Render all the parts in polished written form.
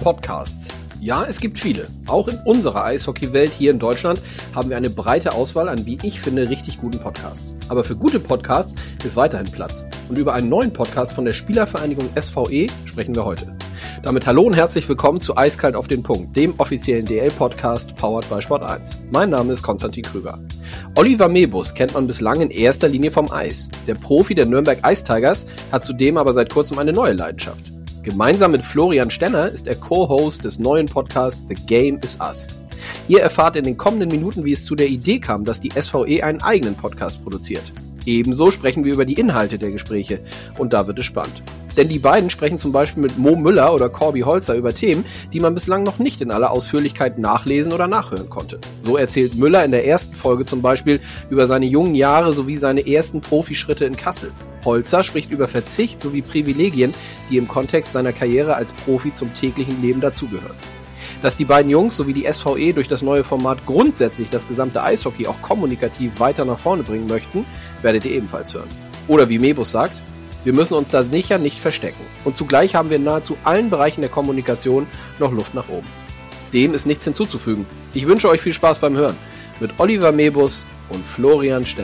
Podcasts. Ja, es gibt viele. Auch in unserer Eishockey-Welt hier in Deutschland haben wir eine breite Auswahl an, wie ich finde, richtig guten Podcasts. Aber für gute Podcasts ist weiterhin Platz. Und über einen neuen Podcast von der Spielervereinigung SVE sprechen wir heute. Damit hallo und herzlich willkommen zu Eiskalt auf den Punkt, dem offiziellen DL-Podcast powered by Sport1. Mein Name ist Konstantin Krüger. Oliver Mebus kennt man bislang in erster Linie vom Eis. Der Profi der Nürnberg Ice Tigers hat zudem aber seit kurzem eine neue Leidenschaft. Gemeinsam mit Florian Stenner ist er Co-Host des neuen Podcasts The Game is Us. Ihr erfahrt in den kommenden Minuten, wie es zu der Idee kam, dass die SVE einen eigenen Podcast produziert. Ebenso sprechen wir über die Inhalte der Gespräche und da wird es spannend. Denn die beiden sprechen zum Beispiel mit Mo Müller oder Corby Holzer über Themen, die man bislang noch nicht in aller Ausführlichkeit nachlesen oder nachhören konnte. So erzählt Müller in der ersten Folge zum Beispiel über seine jungen Jahre sowie seine ersten Profischritte in Kassel. Holzer spricht über Verzicht sowie Privilegien, die im Kontext seiner Karriere als Profi zum täglichen Leben dazugehören. Dass die beiden Jungs sowie die SVE durch das neue Format grundsätzlich das gesamte Eishockey auch kommunikativ weiter nach vorne bringen möchten, werdet ihr ebenfalls hören. Oder wie Mebus sagt, wir müssen uns da sicher nicht verstecken. Und zugleich haben wir in nahezu allen Bereichen der Kommunikation noch Luft nach oben. Dem ist nichts hinzuzufügen. Ich wünsche euch viel Spaß beim Hören mit Oliver Mebus und Florian Stenner.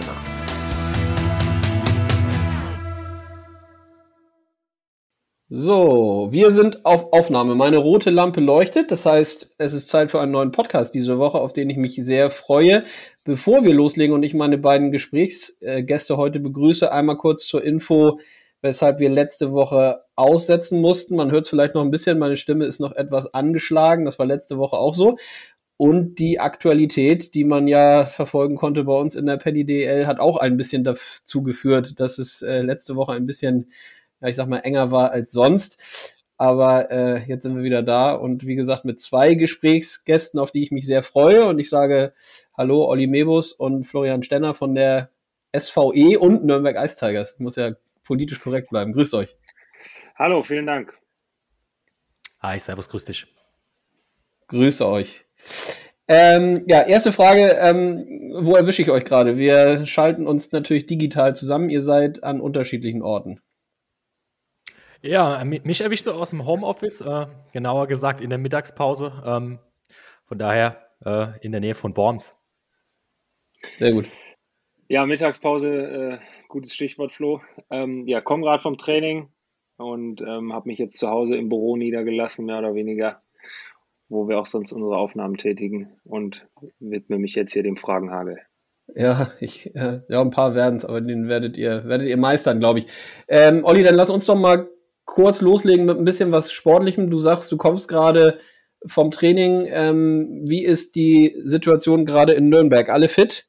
So, wir sind auf Aufnahme. Meine rote Lampe leuchtet, das heißt, es ist Zeit für einen neuen Podcast diese Woche, auf den ich mich sehr freue. Bevor wir loslegen und ich meine beiden Gesprächsgäste heute begrüße, einmal kurz zur Info, weshalb wir letzte Woche aussetzen mussten. Man hört es vielleicht noch ein bisschen, meine Stimme ist noch etwas angeschlagen, das war letzte Woche auch so. Und die Aktualität, die man ja verfolgen konnte bei uns in der Penny DL, hat auch ein bisschen dazu geführt, dass es letzte Woche ein bisschen, ja, ich sag mal, enger war als sonst. Aber jetzt sind wir wieder da und wie gesagt mit zwei Gesprächsgästen, auf die ich mich sehr freue. Und ich sage hallo Olli Mebus und Florian Stenner von der SVE und Nürnberg Ice Tigers. Ich muss ja politisch korrekt bleiben. Grüßt euch. Hallo, vielen Dank. Hi, servus, grüß dich. Grüße euch. Ja, erste Frage, wo erwische ich euch gerade? Wir schalten uns natürlich digital zusammen. Ihr seid an unterschiedlichen Orten. Ja, mich erwischst du aus dem Homeoffice, genauer gesagt in der Mittagspause. Von daher in der Nähe von Worms. Sehr gut. Ja, Mittagspause, gutes Stichwort, Flo. Ja, komme gerade vom Training und habe mich jetzt zu Hause im Büro niedergelassen, mehr oder weniger, wo wir auch sonst unsere Aufnahmen tätigen und widme mich jetzt hier dem Fragenhagel. Ja, ein paar werden es, aber den werdet ihr meistern, glaube ich. Olli, dann lass uns doch mal kurz loslegen mit ein bisschen was Sportlichem. Du sagst, du kommst gerade vom Training. Wie ist die Situation gerade in Nürnberg? Alle fit?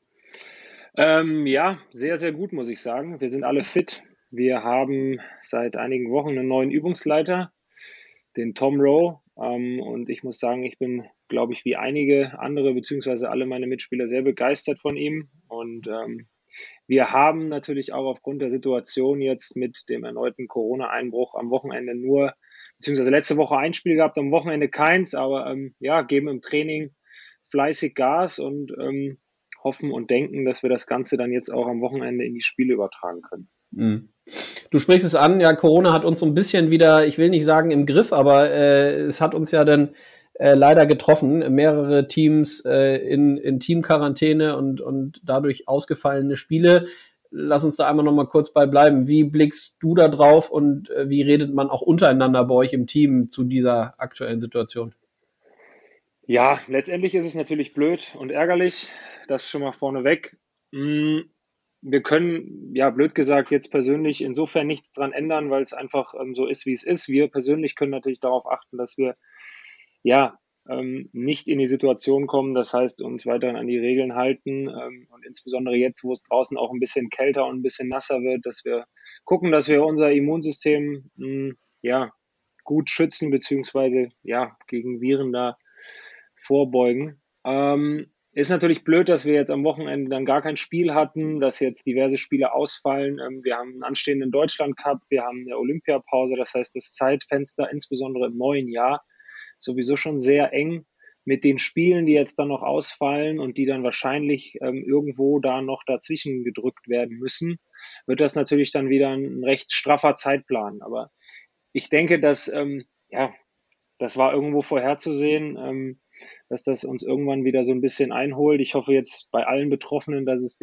Ja, sehr, sehr gut, muss ich sagen. Wir sind alle fit. Wir haben seit einigen Wochen einen neuen Übungsleiter, den Tom Rowe. Und ich muss sagen, ich bin, glaube ich, wie einige andere, beziehungsweise alle meine Mitspieler sehr begeistert von ihm. Und wir haben natürlich auch aufgrund der Situation jetzt mit dem erneuten Corona-Einbruch am Wochenende nur, beziehungsweise letzte Woche ein Spiel gehabt, am Wochenende keins, aber ja, geben im Training fleißig Gas und hoffen und denken, dass wir das Ganze dann jetzt auch am Wochenende in die Spiele übertragen können. Mhm. Du sprichst es an, ja, Corona hat uns so ein bisschen wieder, ich will nicht sagen im Griff, aber es hat uns ja dann leider getroffen. Mehrere Teams in Teamquarantäne und dadurch ausgefallene Spiele. Lass uns da einmal noch mal kurz bei bleiben. Wie blickst du da drauf und wie redet man auch untereinander bei euch im Team zu dieser aktuellen Situation? Ja, letztendlich ist es natürlich blöd und ärgerlich. Das schon mal vorneweg. Wir können, ja, blöd gesagt, jetzt persönlich insofern nichts dran ändern, weil es einfach so ist, wie es ist. Wir persönlich können natürlich darauf achten, dass wir ja nicht in die Situation kommen. Das heißt, uns weiterhin an die Regeln halten und insbesondere jetzt, wo es draußen auch ein bisschen kälter und ein bisschen nasser wird, dass wir gucken, dass wir unser Immunsystem ja gut schützen beziehungsweise ja gegen Viren da vorbeugen. Ist natürlich blöd, dass wir jetzt am Wochenende dann gar kein Spiel hatten, dass jetzt diverse Spiele ausfallen. Wir haben einen anstehenden Deutschland-Cup, wir haben eine Olympiapause, das heißt, das Zeitfenster, insbesondere im neuen Jahr, sowieso schon sehr eng mit den Spielen, die jetzt dann noch ausfallen und die dann wahrscheinlich irgendwo da noch dazwischen gedrückt werden müssen, wird das natürlich dann wieder ein recht straffer Zeitplan. Aber ich denke, dass ja, das war irgendwo vorherzusehen, dass das uns irgendwann wieder so ein bisschen einholt. Ich hoffe jetzt bei allen Betroffenen, dass es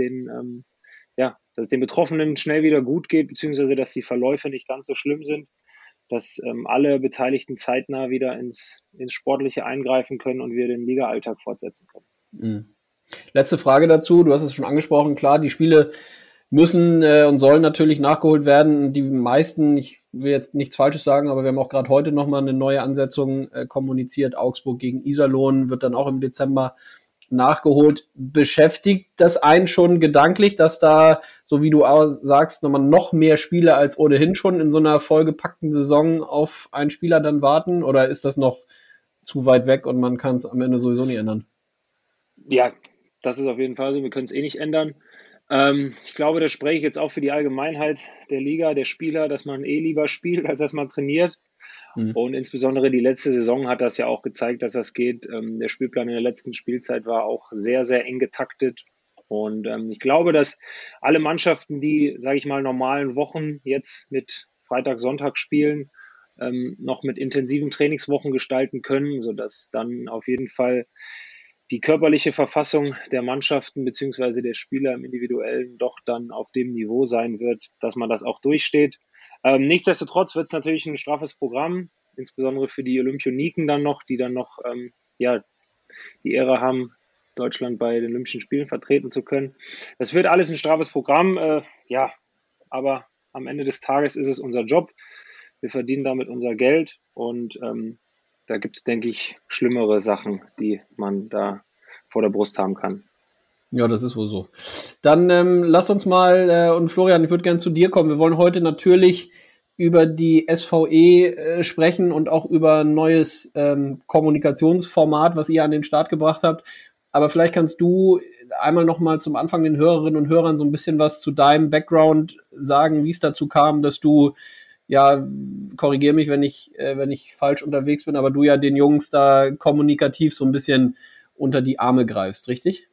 den Betroffenen schnell wieder gut geht, beziehungsweise dass die Verläufe nicht ganz so schlimm sind, dass alle Beteiligten zeitnah wieder ins Sportliche eingreifen können und wir den Liga-Alltag fortsetzen können. Mhm. Letzte Frage dazu, du hast es schon angesprochen, klar, die Spiele müssen und sollen natürlich nachgeholt werden. Die meisten, ich will jetzt nichts Falsches sagen, aber wir haben auch gerade heute nochmal eine neue Ansetzung kommuniziert. Augsburg gegen Iserlohn wird dann auch im Dezember nachgeholt. Beschäftigt das einen schon gedanklich, dass da, so wie du auch sagst, nochmal noch mehr Spiele als ohnehin schon in so einer vollgepackten Saison auf einen Spieler dann warten? Oder ist das noch zu weit weg und man kann es am Ende sowieso nicht ändern? Ja, das ist auf jeden Fall so. Wir können es eh nicht ändern. Ich glaube, das spreche ich jetzt auch für die Allgemeinheit der Liga, der Spieler, dass man lieber spielt, als dass man trainiert. Und insbesondere die letzte Saison hat das ja auch gezeigt, dass das geht. Der Spielplan in der letzten Spielzeit war auch sehr, sehr eng getaktet. Und ich glaube, dass alle Mannschaften, die, sage ich mal, normalen Wochen jetzt mit Freitag, Sonntag spielen, noch mit intensiven Trainingswochen gestalten können, sodass dann auf jeden Fall die körperliche Verfassung der Mannschaften beziehungsweise der Spieler im Individuellen doch dann auf dem Niveau sein wird, dass man das auch durchsteht. Nichtsdestotrotz wird es natürlich ein straffes Programm, insbesondere für die Olympioniken dann noch, die dann noch die Ehre haben, Deutschland bei den Olympischen Spielen vertreten zu können. Das wird alles ein straffes Programm, aber am Ende des Tages ist es unser Job. Wir verdienen damit unser Geld und da gibt es, denke ich, schlimmere Sachen, die man da vor der Brust haben kann. Ja, das ist wohl so. Dann lass uns mal, und Florian, ich würde gerne zu dir kommen. Wir wollen heute natürlich über die SVE sprechen und auch über ein neues Kommunikationsformat, was ihr an den Start gebracht habt. Aber vielleicht kannst du einmal noch mal zum Anfang den Hörerinnen und Hörern so ein bisschen was zu deinem Background sagen, wie es dazu kam, dass du, ja, korrigier mich, wenn ich falsch unterwegs bin, aber du ja den Jungs da kommunikativ so ein bisschen unter die Arme greifst, richtig?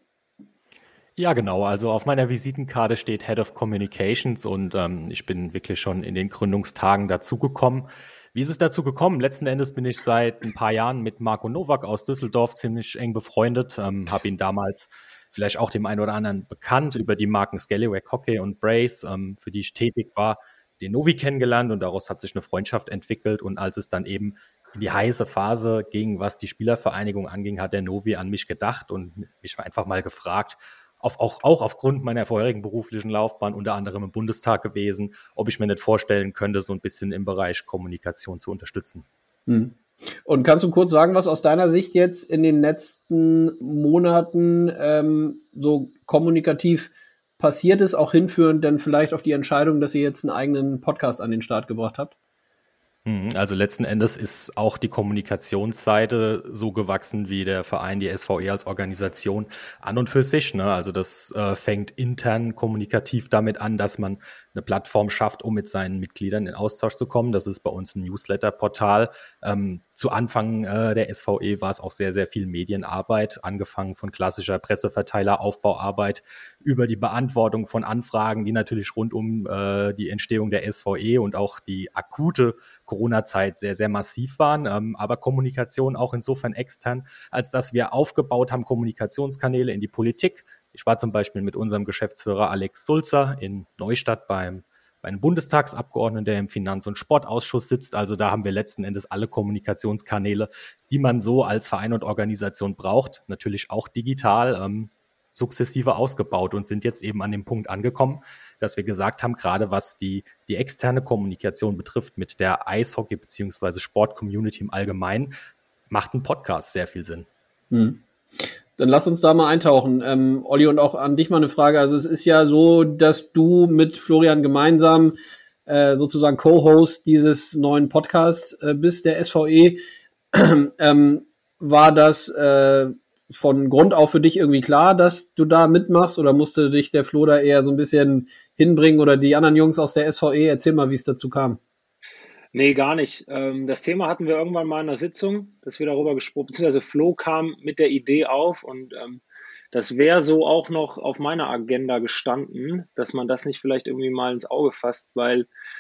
Ja, genau. Also auf meiner Visitenkarte steht Head of Communications und ich bin wirklich schon in den Gründungstagen dazugekommen. Wie ist es dazu gekommen? Letzten Endes bin ich seit ein paar Jahren mit Marco Nowak aus Düsseldorf ziemlich eng befreundet, habe ihn damals vielleicht auch dem einen oder anderen bekannt über die Marken Scallywag Hockey und Brace, für die ich tätig war, den Novi kennengelernt und daraus hat sich eine Freundschaft entwickelt. Und als es dann eben in die heiße Phase ging, was die Spielervereinigung anging, hat der Novi an mich gedacht und mich einfach mal gefragt, auch aufgrund meiner vorherigen beruflichen Laufbahn, unter anderem im Bundestag gewesen, ob ich mir nicht vorstellen könnte, so ein bisschen im Bereich Kommunikation zu unterstützen. Und kannst du kurz sagen, was aus deiner Sicht jetzt in den letzten Monaten so kommunikativ passiert ist, auch hinführend dann vielleicht auf die Entscheidung, dass ihr jetzt einen eigenen Podcast an den Start gebracht habt? Also letzten Endes ist auch die Kommunikationsseite so gewachsen wie der Verein, die SVE als Organisation an und für sich. Ne? Also das fängt intern kommunikativ damit an, dass man eine Plattform schafft, um mit seinen Mitgliedern in Austausch zu kommen. Das ist bei uns ein Newsletter-Portal. Zu Anfang der SVE war es auch sehr, sehr viel Medienarbeit, angefangen von klassischer Presseverteiler-Aufbauarbeit über die Beantwortung von Anfragen, die natürlich rund um die Entstehung der SVE und auch die akute Corona-Zeit sehr, sehr massiv waren, aber Kommunikation auch insofern extern, als dass wir aufgebaut haben, Kommunikationskanäle in die Politik. Ich war zum Beispiel mit unserem Geschäftsführer Alex Sulzer in Neustadt bei einem Bundestagsabgeordneten, der im Finanz- und Sportausschuss sitzt. Also da haben wir letzten Endes alle Kommunikationskanäle, die man so als Verein und Organisation braucht, natürlich auch digital, sukzessive ausgebaut und sind jetzt eben an dem Punkt angekommen, dass wir gesagt haben, gerade was die externe Kommunikation betrifft mit der Eishockey- bzw. Sport-Community im Allgemeinen, macht ein Podcast sehr viel Sinn. Dann lass uns da mal eintauchen. Olli, und auch an dich mal eine Frage. Also es ist ja so, dass du mit Florian gemeinsam sozusagen Co-Host dieses neuen Podcasts bist, der SVE. War das von Grund auf für dich irgendwie klar, dass du da mitmachst, oder musste dich der Flo da eher so ein bisschen hinbringen oder die anderen Jungs aus der SVE? Erzähl mal, wie es dazu kam. Nee, gar nicht. Das Thema hatten wir irgendwann mal in einer Sitzung, dass wir darüber gesprochen, beziehungsweise Flo kam mit der Idee auf und das wäre so auch noch auf meiner Agenda gestanden, dass man das nicht vielleicht irgendwie mal ins Auge fasst, weil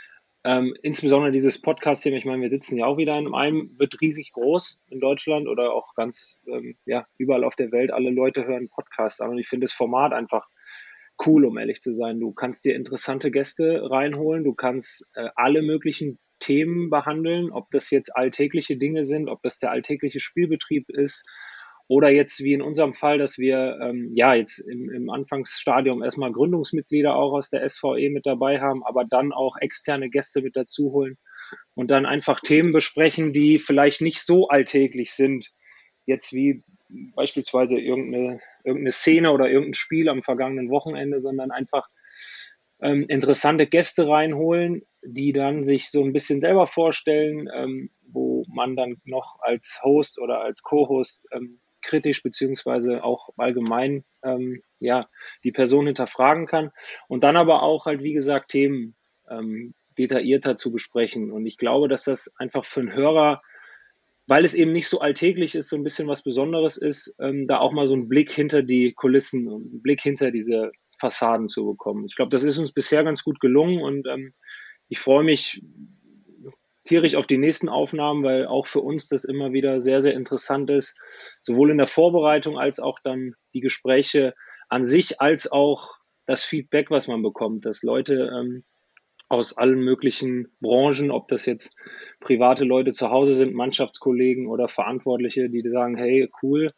Insbesondere dieses Podcast-Thema, ich meine, wir sitzen ja auch wieder in einem, wird riesig groß in Deutschland oder auch ganz, überall auf der Welt. Alle Leute hören Podcasts an und ich finde das Format einfach cool, um ehrlich zu sein. Du kannst dir interessante Gäste reinholen, du kannst alle möglichen Themen behandeln, ob das jetzt alltägliche Dinge sind, ob das der alltägliche Spielbetrieb ist oder jetzt wie in unserem Fall, dass wir jetzt im Anfangsstadium erstmal Gründungsmitglieder auch aus der SVE mit dabei haben, aber dann auch externe Gäste mit dazu holen und dann einfach Themen besprechen, die vielleicht nicht so alltäglich sind, jetzt wie beispielsweise irgendeine Szene oder irgendein Spiel am vergangenen Wochenende, sondern einfach interessante Gäste reinholen, die dann sich so ein bisschen selber vorstellen, wo man dann noch als Host oder als Co-Host kritisch beziehungsweise auch allgemein die Person hinterfragen kann und dann aber auch halt, wie gesagt, Themen detaillierter zu besprechen. Und ich glaube, dass das einfach für einen Hörer, weil es eben nicht so alltäglich ist, so ein bisschen was Besonderes ist, da auch mal so einen Blick hinter die Kulissen und einen Blick hinter diese Fassaden zu bekommen. Ich glaube, das ist uns bisher ganz gut gelungen und ich freue mich tierisch auf die nächsten Aufnahmen, weil auch für uns das immer wieder sehr, sehr interessant ist, sowohl in der Vorbereitung als auch dann die Gespräche an sich, als auch das Feedback, was man bekommt, dass Leute aus allen möglichen Branchen, ob das jetzt private Leute zu Hause sind, Mannschaftskollegen oder Verantwortliche, die sagen, hey, cool,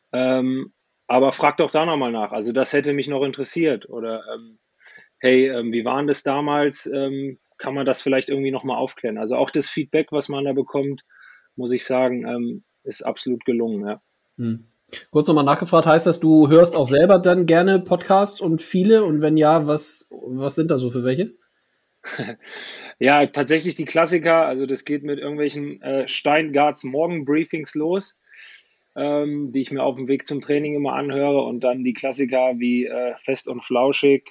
aber frag doch da nochmal nach. Also das hätte mich noch interessiert. Oder hey, wie war denn das damals? Kann man das vielleicht irgendwie nochmal aufklären? Also auch das Feedback, was man da bekommt, muss ich sagen, ist absolut gelungen. Ja. Kurz nochmal nachgefragt, heißt das, du hörst auch selber dann gerne Podcasts und viele? Und wenn ja, was sind da so für welche? Ja, tatsächlich die Klassiker. Also das geht mit irgendwelchen Steingarts Morgenbriefings los, die ich mir auf dem Weg zum Training immer anhöre. Und dann die Klassiker wie Fest und Flauschig.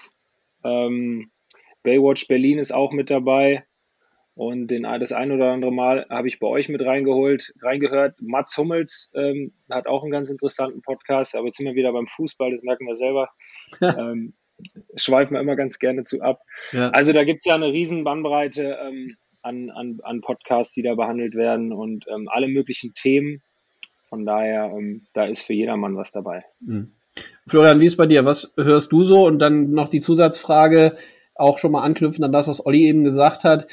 Baywatch Berlin ist auch mit dabei. Und das ein oder andere Mal habe ich bei euch mit reingehört. Mats Hummels hat auch einen ganz interessanten Podcast, aber jetzt sind wir wieder beim Fußball, das merken wir selber. Schweifen wir immer ganz gerne zu ab. Ja. Also da gibt es ja eine riesen Bandbreite an Podcasts, die da behandelt werden und alle möglichen Themen. Von daher, da ist für jedermann was dabei. Florian, wie ist bei dir? Was hörst du so? Und dann noch die Zusatzfrage, auch schon mal anknüpfen an das, was Olli eben gesagt hat.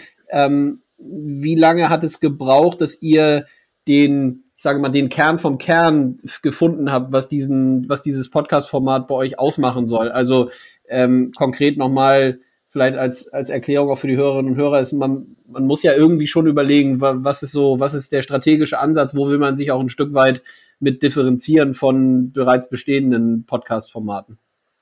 Wie lange hat es gebraucht, dass ihr den Kern vom Kern gefunden habt, was dieses Podcast-Format bei euch ausmachen soll? Also konkret nochmal vielleicht als Erklärung auch für die Hörerinnen und Hörer ist, man muss ja irgendwie schon überlegen, was ist der strategische Ansatz, wo will man sich auch ein Stück weit mit differenzieren von bereits bestehenden Podcast-Formaten?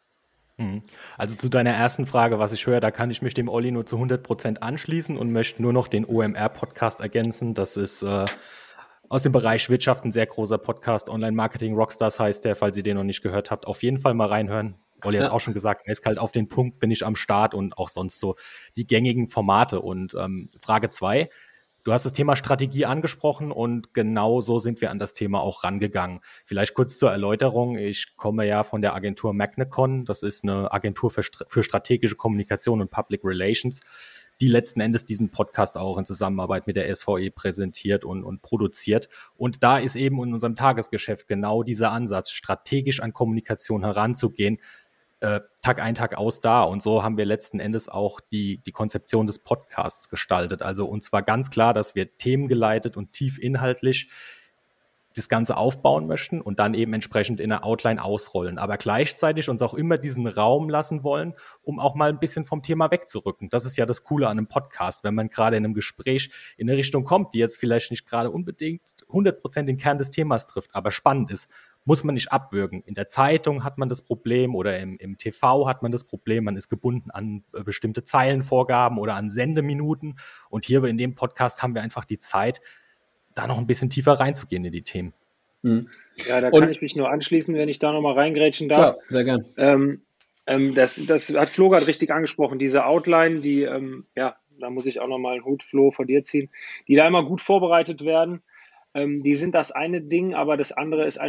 Also zu deiner ersten Frage, was ich höre, da kann ich mich dem Olli nur zu 100% anschließen und möchte nur noch den OMR-Podcast ergänzen. Das ist aus dem Bereich Wirtschaft ein sehr großer Podcast. Online-Marketing Rockstars heißt der, falls ihr den noch nicht gehört habt, auf jeden Fall mal reinhören. Olli hat auch schon gesagt, eiskalt auf den Punkt bin ich am Start und auch sonst so die gängigen Formate. Und Frage 2, du hast das Thema Strategie angesprochen und genau so sind wir an das Thema auch rangegangen. Vielleicht kurz zur Erläuterung. Ich komme ja von der Agentur Magnecon. Das ist eine Agentur für strategische Kommunikation und Public Relations, die letzten Endes diesen Podcast auch in Zusammenarbeit mit der SVE präsentiert und produziert. Und da ist eben in unserem Tagesgeschäft genau dieser Ansatz, strategisch an Kommunikation heranzugehen, Tag ein, Tag aus da. Und so haben wir letzten Endes auch die Konzeption des Podcasts gestaltet. Also uns war ganz klar, dass wir themengeleitet und tief inhaltlich das Ganze aufbauen möchten und dann eben entsprechend in der Outline ausrollen. Aber gleichzeitig uns auch immer diesen Raum lassen wollen, um auch mal ein bisschen vom Thema wegzurücken. Das ist ja das Coole an einem Podcast, wenn man gerade in einem Gespräch in eine Richtung kommt, die jetzt vielleicht nicht gerade unbedingt 100% den Kern des Themas trifft, aber spannend ist, muss man nicht abwürgen. In der Zeitung hat man das Problem oder im TV hat man das Problem, man ist gebunden an bestimmte Zeilenvorgaben oder an Sendeminuten. Und hier in dem Podcast haben wir einfach die Zeit, da noch ein bisschen tiefer reinzugehen in die Themen. Ja, da kann ich mich nur anschließen, wenn ich da nochmal reingrätschen darf. Klar, sehr gern. Das hat Flo gerade richtig angesprochen, diese Outline, die, da muss ich auch nochmal einen Hut, Flo, vor dir ziehen, die da immer gut vorbereitet werden. Die sind das eine Ding, aber das andere ist einfach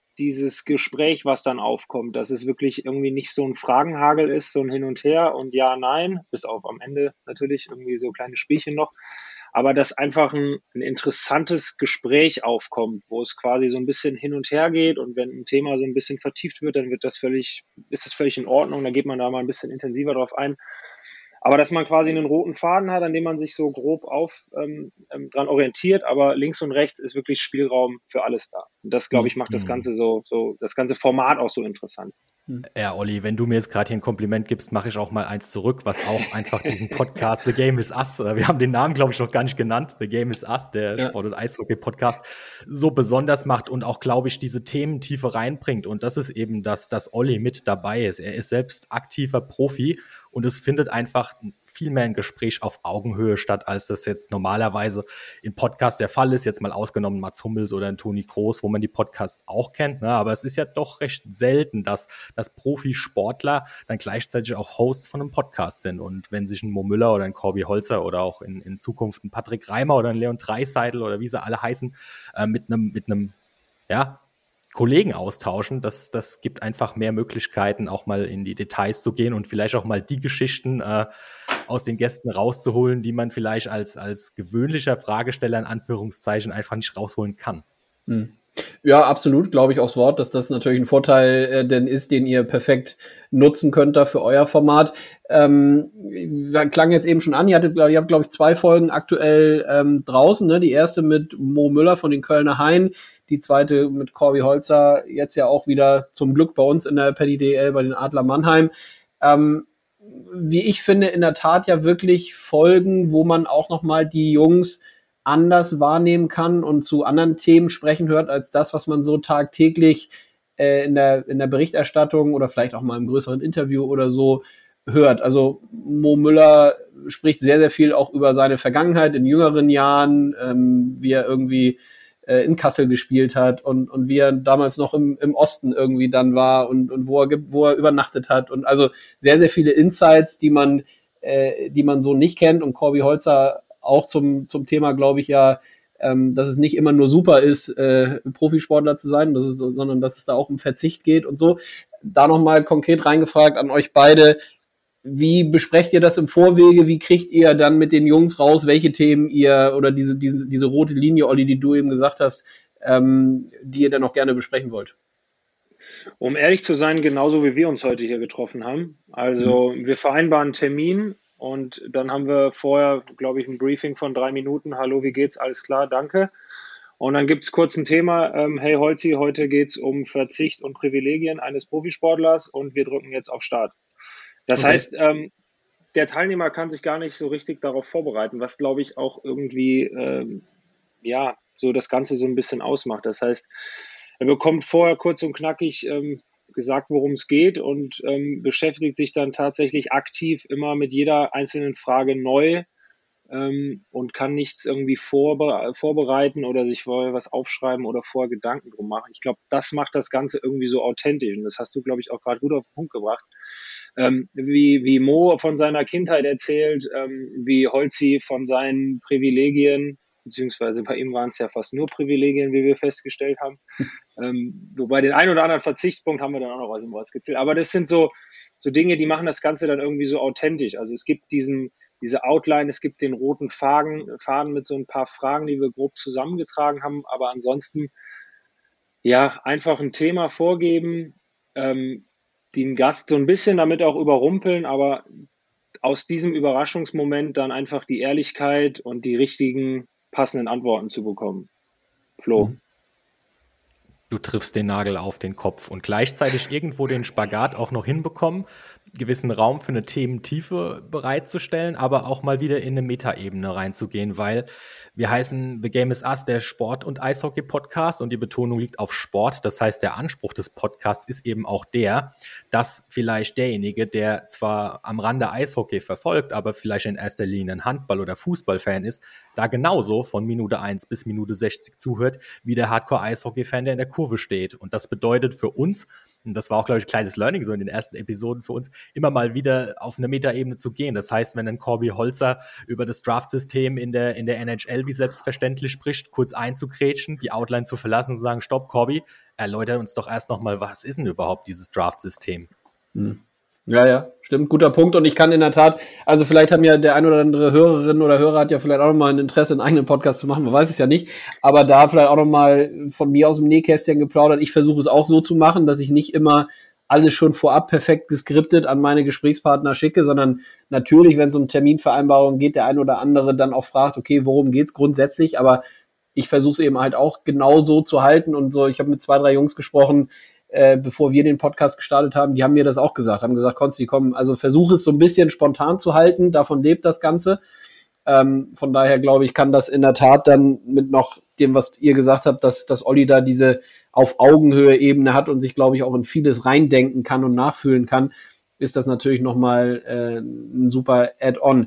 dieses Gespräch, was dann aufkommt, dass es wirklich irgendwie nicht so ein Fragenhagel ist, so ein Hin und Her und ja, nein, bis auf am Ende natürlich irgendwie so kleine Spielchen noch, aber dass einfach ein interessantes Gespräch aufkommt, wo es quasi so ein bisschen hin und her geht und wenn ein Thema so ein bisschen vertieft wird, dann ist das völlig in Ordnung, dann geht man da mal ein bisschen intensiver drauf ein. Aber dass man quasi einen roten Faden hat, an dem man sich so grob dran orientiert, aber links und rechts ist wirklich Spielraum für alles da. Und das, glaube ich, macht das Ganze das ganze Format auch so interessant. Ja, Olli, wenn du mir jetzt gerade hier ein Kompliment gibst, mache ich auch mal eins zurück, was auch einfach diesen Podcast The Game is Us, wir haben den Namen, glaube ich, noch gar nicht genannt, The Game is Us, der Sport- und Eishockey-Podcast, so besonders macht und auch, glaube ich, diese Thementiefe reinbringt. Und das ist eben das, dass Olli mit dabei ist. Er ist selbst aktiver Profi und es findet einfach viel mehr ein Gespräch auf Augenhöhe statt, als das jetzt normalerweise im Podcast der Fall ist. Jetzt mal ausgenommen Mats Hummels oder ein Toni Kroos, wo man die Podcasts auch kennt. Ne? Aber es ist ja doch recht selten, dass Profisportler dann gleichzeitig auch Hosts von einem Podcast sind. Und wenn sich ein Mo Müller oder ein Corby Holzer oder auch in Zukunft ein Patrick Reimer oder ein Leon Draisaitl oder wie sie alle heißen, mit einem Kollegen austauschen, das gibt einfach mehr Möglichkeiten, auch mal in die Details zu gehen und vielleicht auch mal die Geschichten aus den Gästen rauszuholen, die man vielleicht als gewöhnlicher Fragesteller in Anführungszeichen einfach nicht rausholen kann. Ja, absolut, glaube ich aufs Wort, dass das natürlich ein Vorteil denn ist, den ihr perfekt nutzen könnt da für euer Format. Klang jetzt eben schon an, ihr habt, glaube ich, 2 Folgen aktuell draußen, ne? Die erste mit Mo Müller von den Kölner Haien, die zweite mit Corby Holzer, jetzt ja auch wieder zum Glück bei uns in der Penny DL bei den Adler Mannheim. Wie ich finde, in der Tat ja wirklich Folgen, wo man auch nochmal die Jungs anders wahrnehmen kann und zu anderen Themen sprechen hört, als das, was man so tagtäglich in der Berichterstattung oder vielleicht auch mal im größeren Interview oder so hört. Also Mo Müller spricht sehr, sehr viel auch über seine Vergangenheit in jüngeren Jahren, wie er irgendwie in Kassel gespielt hat und wie er damals noch im Osten irgendwie dann war und wo er übernachtet hat. Und also sehr, sehr viele Insights, die man so nicht kennt. Und Corby Holzer auch zum Thema, glaube ich, ja, dass es nicht immer nur super ist, Profisportler zu sein, sondern dass es da auch um Verzicht geht und so. Da nochmal konkret reingefragt an euch beide, wie besprecht ihr das im Vorwege? Wie kriegt ihr dann mit den Jungs raus, welche Themen ihr oder diese rote Linie, Olli, die du eben gesagt hast, die ihr dann auch gerne besprechen wollt? Um ehrlich zu sein, genauso wie wir uns heute hier getroffen haben. Also wir vereinbaren einen Termin und dann haben wir vorher, glaube ich, ein Briefing von 3 Minuten. Hallo, wie geht's? Alles klar, danke. Und dann gibt es kurz ein Thema. Hey Holzi, heute geht's um Verzicht und Privilegien eines Profisportlers und wir drücken jetzt auf Start. Das heißt, der Teilnehmer kann sich gar nicht so richtig darauf vorbereiten, was, glaube ich, auch irgendwie, so das Ganze so ein bisschen ausmacht. Das heißt, er bekommt vorher kurz und knackig gesagt, worum es geht und beschäftigt sich dann tatsächlich aktiv immer mit jeder einzelnen Frage neu und kann nichts irgendwie vorbereiten oder sich vorher was aufschreiben oder vorher Gedanken drum machen. Ich glaube, das macht das Ganze irgendwie so authentisch und das hast du, glaube ich, auch gerade gut auf den Punkt gebracht. Wie Mo von seiner Kindheit erzählt, wie Holzi von seinen Privilegien, beziehungsweise bei ihm waren es ja fast nur Privilegien, wie wir festgestellt haben. Wobei den einen oder anderen Verzichtspunkt haben wir dann auch noch was gezählt. Aber das sind so Dinge, die machen das Ganze dann irgendwie so authentisch. Also es gibt diese Outline, es gibt den roten Faden mit so ein paar Fragen, die wir grob zusammengetragen haben. Aber ansonsten, ja, einfach ein Thema vorgeben, den Gast so ein bisschen damit auch überrumpeln, aber aus diesem Überraschungsmoment dann einfach die Ehrlichkeit und die richtigen passenden Antworten zu bekommen. Flo. Du triffst den Nagel auf den Kopf und gleichzeitig irgendwo den Spagat auch noch hinbekommen, gewissen Raum für eine Thementiefe bereitzustellen, aber auch mal wieder in eine Metaebene reinzugehen, weil wir heißen The Game is Us, der Sport- und Eishockey-Podcast und die Betonung liegt auf Sport. Das heißt, der Anspruch des Podcasts ist eben auch der, dass vielleicht derjenige, der zwar am Rande Eishockey verfolgt, aber vielleicht in erster Linie ein Handball- oder Fußballfan ist, da genauso von Minute 1 bis Minute 60 zuhört, wie der Hardcore-Eishockey-Fan, der in der Kurve steht. Und das bedeutet für uns, und das war auch, glaube ich, ein kleines Learning so in den ersten Episoden für uns, immer mal wieder auf eine Metaebene zu gehen. Das heißt, wenn ein Corby Holzer über das Draft-System in der NHL wie selbstverständlich spricht, kurz einzugrätschen, die Outline zu verlassen und zu sagen, stopp, Corby, erläutere uns doch erst nochmal, was ist denn überhaupt dieses Draft-System? Ja, stimmt, guter Punkt. Und ich kann in der Tat, also vielleicht haben ja der ein oder andere Hörerin oder Hörer hat ja vielleicht auch nochmal ein Interesse, einen eigenen Podcast zu machen, man weiß es ja nicht, aber da vielleicht auch nochmal von mir aus dem Nähkästchen geplaudert. Ich versuche es auch so zu machen, dass ich nicht immer alles schon vorab perfekt geskriptet an meine Gesprächspartner schicke, sondern natürlich, wenn es um Terminvereinbarungen geht, der ein oder andere dann auch fragt, okay, worum geht's grundsätzlich, aber ich versuche es eben halt auch genau so zu halten und so. Ich habe mit 2, 3 Jungs gesprochen, bevor wir den Podcast gestartet haben, die haben mir das auch gesagt, haben gesagt, Konsti, komm, also versuche es so ein bisschen spontan zu halten, davon lebt das Ganze. Von daher glaube ich, kann das in der Tat dann mit noch dem, was ihr gesagt habt, dass Olli da diese auf Augenhöhe Ebene hat und sich, glaube ich, auch in vieles reindenken kann und nachfühlen kann, ist das natürlich nochmal ein super Add-on.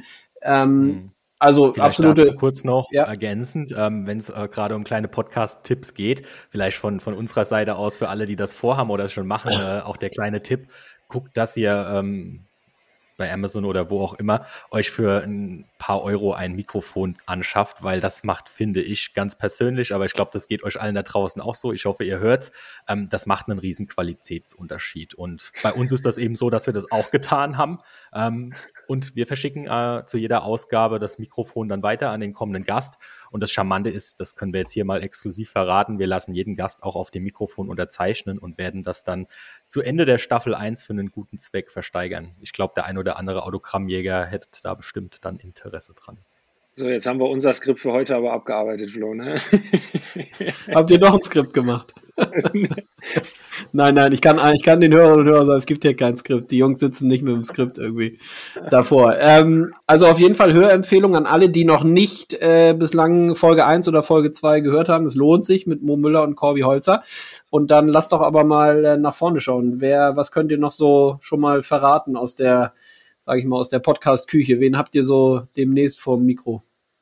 Also vielleicht absolute. Dazu kurz noch ergänzend, wenn es gerade um kleine Podcast-Tipps geht, vielleicht von unserer Seite aus für alle, die das vorhaben oder es schon machen, auch der kleine Tipp, guckt, dass ihr bei Amazon oder wo auch immer euch für ein paar Euro ein Mikrofon anschafft, weil das macht, finde ich, ganz persönlich, aber ich glaube, das geht euch allen da draußen auch so, ich hoffe, ihr hört's, das macht einen riesen Qualitätsunterschied und bei uns ist das eben so, dass wir das auch getan haben und wir verschicken zu jeder Ausgabe das Mikrofon dann weiter an den kommenden Gast und das Charmante ist, das können wir jetzt hier mal exklusiv verraten, wir lassen jeden Gast auch auf dem Mikrofon unterzeichnen und werden das dann zu Ende der Staffel 1 für einen guten Zweck versteigern. Ich glaube, der ein oder andere Autogrammjäger hätte da bestimmt dann Interesse dran. So, jetzt haben wir unser Skript für heute aber abgearbeitet, Flo, ne? Habt ihr noch ein Skript gemacht? Nein, ich kann den Hörern und Hörern sagen, es gibt hier kein Skript. Die Jungs sitzen nicht mit dem Skript irgendwie davor. Also auf jeden Fall Hörempfehlung an alle, die noch nicht bislang Folge 1 oder Folge 2 gehört haben. Es lohnt sich mit Mo Müller und Corby Holzer. Und dann lasst doch aber mal nach vorne schauen. Was könnt ihr noch so schon mal verraten aus der, sage ich mal, aus der Podcast-Küche? Wen habt ihr so demnächst vor dem Mikro?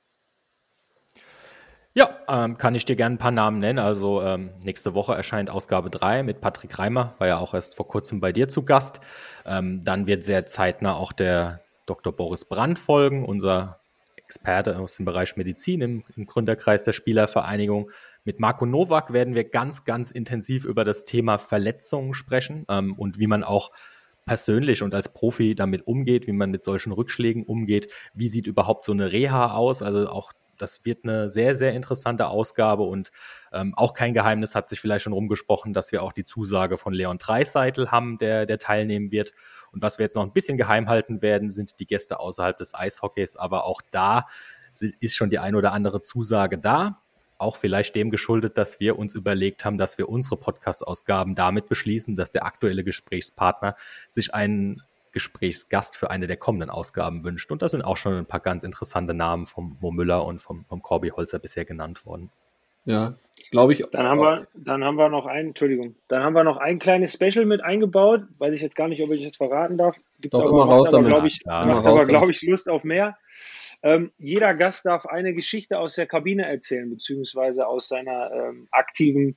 Ja, kann ich dir gerne ein paar Namen nennen. Also nächste Woche erscheint Ausgabe 3 mit Patrick Reimer, war ja auch erst vor kurzem bei dir zu Gast. Dann wird sehr zeitnah auch der Dr. Boris Brandt folgen, unser Experte aus dem Bereich Medizin im Gründerkreis der Spielervereinigung. Mit Marco Nowak werden wir ganz, ganz intensiv über das Thema Verletzungen sprechen und wie man auch persönlich und als Profi damit umgeht, wie man mit solchen Rückschlägen umgeht. Wie sieht überhaupt so eine Reha aus? Also auch das wird eine sehr, sehr interessante Ausgabe und auch kein Geheimnis, hat sich vielleicht schon rumgesprochen, dass wir auch die Zusage von Leon Draisaitl haben, der teilnehmen wird. Und was wir jetzt noch ein bisschen geheim halten werden, sind die Gäste außerhalb des Eishockeys. Aber auch da ist schon die ein oder andere Zusage da. Auch vielleicht dem geschuldet, dass wir uns überlegt haben, dass wir unsere Podcast-Ausgaben damit beschließen, dass der aktuelle Gesprächspartner sich einen Gesprächsgast für eine der kommenden Ausgaben wünscht. Und da sind auch schon ein paar ganz interessante Namen vom Mo Müller und vom Corby Holzer bisher genannt worden. Ja, glaube ich. Dann haben wir noch ein kleines Special mit eingebaut. Weiß ich jetzt gar nicht, ob ich das verraten darf. Gibt doch immer raus damit. Macht aber, glaube ich, Lust auf mehr. Jeder Gast darf eine Geschichte aus der Kabine erzählen, beziehungsweise aus seiner aktiven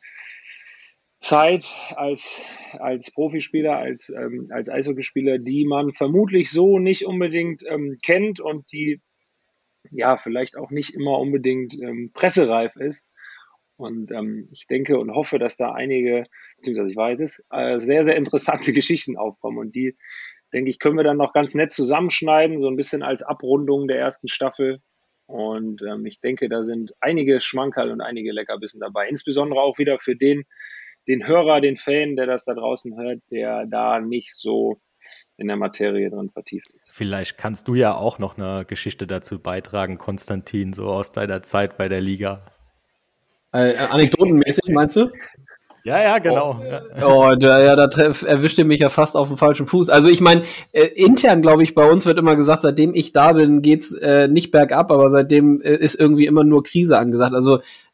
Zeit als Profispieler, als Eishockeyspieler, die man vermutlich so nicht unbedingt kennt und die ja vielleicht auch nicht immer unbedingt pressereif ist. Und ich denke und hoffe, dass da einige, beziehungsweise ich weiß es, sehr, sehr interessante Geschichten aufkommen. Und die, denke ich, können wir dann noch ganz nett zusammenschneiden, so ein bisschen als Abrundung der ersten Staffel. Und ich denke, da sind einige Schmankerl und einige Leckerbissen dabei. Insbesondere auch wieder für den Hörer, den Fan, der das da draußen hört, der da nicht so in der Materie drin vertieft ist. Vielleicht kannst du ja auch noch eine Geschichte dazu beitragen, Konstantin, so aus deiner Zeit bei der Liga. Anekdotenmäßig, meinst du? Ja, genau. Da erwischt ihr mich ja fast auf dem falschen Fuß. Also ich meine, intern, glaube ich, bei uns wird immer gesagt, seitdem ich da bin, geht's nicht bergab, aber seitdem ist irgendwie immer nur Krise angesagt. Also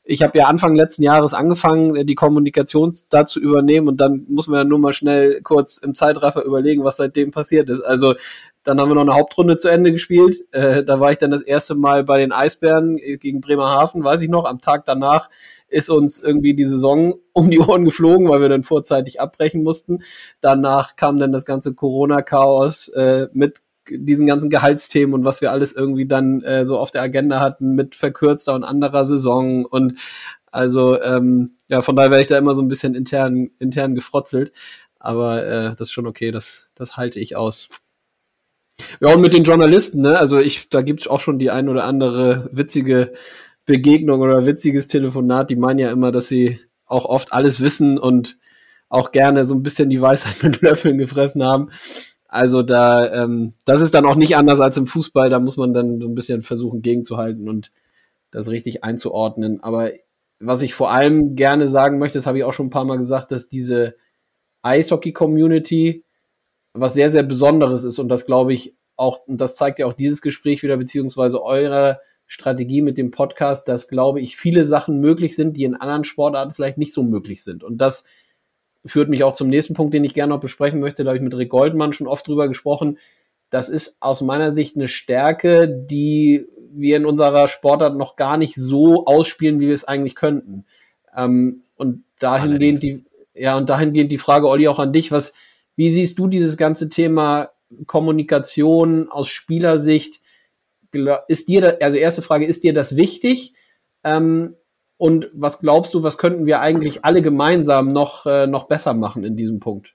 ich habe ja Anfang letzten Jahres angefangen, die Kommunikation da zu übernehmen und dann muss man ja nur mal schnell kurz im Zeitraffer überlegen, was seitdem passiert ist. Also dann haben wir noch eine Hauptrunde zu Ende gespielt. Da war ich dann das erste Mal bei den Eisbären gegen Bremerhaven, weiß ich noch. Am Tag danach ist uns irgendwie die Saison um die Ohren geflogen, weil wir dann vorzeitig abbrechen mussten. Danach kam dann das ganze Corona-Chaos mit diesen ganzen Gehaltsthemen und was wir alles irgendwie dann so auf der Agenda hatten mit verkürzter und anderer Saison. Und also ja, von daher werde ich da immer so ein bisschen intern gefrotzelt. Aber das ist schon okay, das halte ich aus. Ja, und mit den Journalisten, ne? Also da gibt's auch schon die ein oder andere witzige Begegnung oder witziges Telefonat. Die meinen ja immer, dass sie auch oft alles wissen und auch gerne so ein bisschen die Weisheit mit Löffeln gefressen haben. Also das ist dann auch nicht anders als im Fußball. Da muss man dann so ein bisschen versuchen, gegenzuhalten und das richtig einzuordnen. Aber was ich vor allem gerne sagen möchte, das habe ich auch schon ein paar Mal gesagt, dass diese Eishockey-Community was sehr, sehr Besonderes ist und das glaube ich auch, und das zeigt ja auch dieses Gespräch wieder, beziehungsweise eure Strategie mit dem Podcast, dass, glaube ich, viele Sachen möglich sind, die in anderen Sportarten vielleicht nicht so möglich sind. Und das führt mich auch zum nächsten Punkt, den ich gerne noch besprechen möchte. Da habe ich mit Rick Goldmann schon oft drüber gesprochen. Das ist aus meiner Sicht eine Stärke, die wir in unserer Sportart noch gar nicht so ausspielen, wie wir es eigentlich könnten. Und dahingehend die Frage, Olli, auch an dich, wie siehst du dieses ganze Thema Kommunikation aus Spielersicht? Erste Frage, ist dir das wichtig? Und was glaubst du, was könnten wir eigentlich alle gemeinsam noch besser machen in diesem Punkt?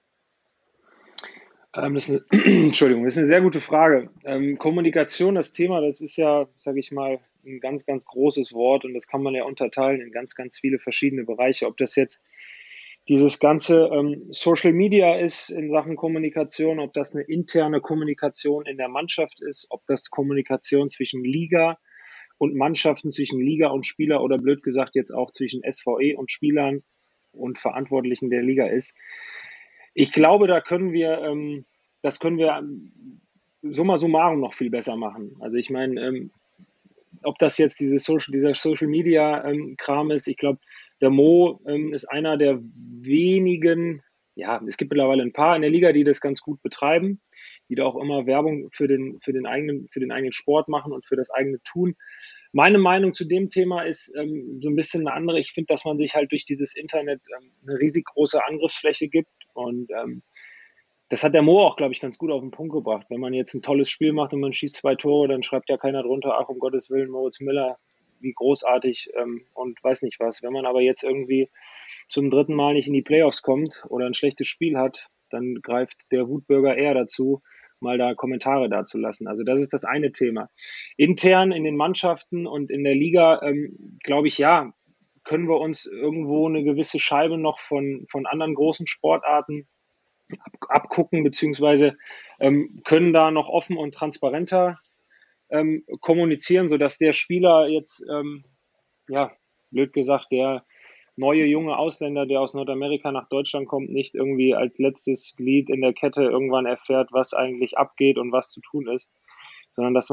Entschuldigung, das ist eine sehr gute Frage. Kommunikation, das Thema, das ist ja, sage ich mal, ein ganz, ganz großes Wort und das kann man ja unterteilen in ganz, ganz viele verschiedene Bereiche. Ob das jetzt dieses ganze Social Media ist in Sachen Kommunikation, ob das eine interne Kommunikation in der Mannschaft ist, ob das Kommunikation zwischen Liga und Mannschaften, zwischen Liga und Spieler oder blöd gesagt jetzt auch zwischen SVE und Spielern und Verantwortlichen der Liga ist. Ich glaube, das können wir summa summarum noch viel besser machen. Also ich meine, ob das jetzt dieser Social Media Kram ist, ich glaube, der Mo ist einer der wenigen, ja, es gibt mittlerweile ein paar in der Liga, die das ganz gut betreiben, die da auch immer Werbung für den eigenen Sport machen und für das eigene Tun. Meine Meinung zu dem Thema ist so ein bisschen eine andere. Ich finde, dass man sich halt durch dieses Internet eine riesig große Angriffsfläche gibt und das hat der Mo auch, glaube ich, ganz gut auf den Punkt gebracht. Wenn man jetzt ein tolles Spiel macht und man schießt 2 Tore, dann schreibt ja keiner drunter, ach, um Gottes Willen, Moritz Müller, wie großartig und weiß nicht was. Wenn man aber jetzt irgendwie zum 3. Mal nicht in die Playoffs kommt oder ein schlechtes Spiel hat, dann greift der Wutbürger eher dazu, mal da Kommentare dazulassen. Also das ist das eine Thema. Intern in den Mannschaften und in der Liga, glaube ich, ja, können wir uns irgendwo eine gewisse Scheibe noch von anderen großen Sportarten abgucken, beziehungsweise können da noch offen und transparenter kommunizieren, sodass der Spieler jetzt, ja, blöd gesagt, der neue junge Ausländer, der aus Nordamerika nach Deutschland kommt, nicht irgendwie als letztes Glied in der Kette irgendwann erfährt, was eigentlich abgeht und was zu tun ist, sondern dass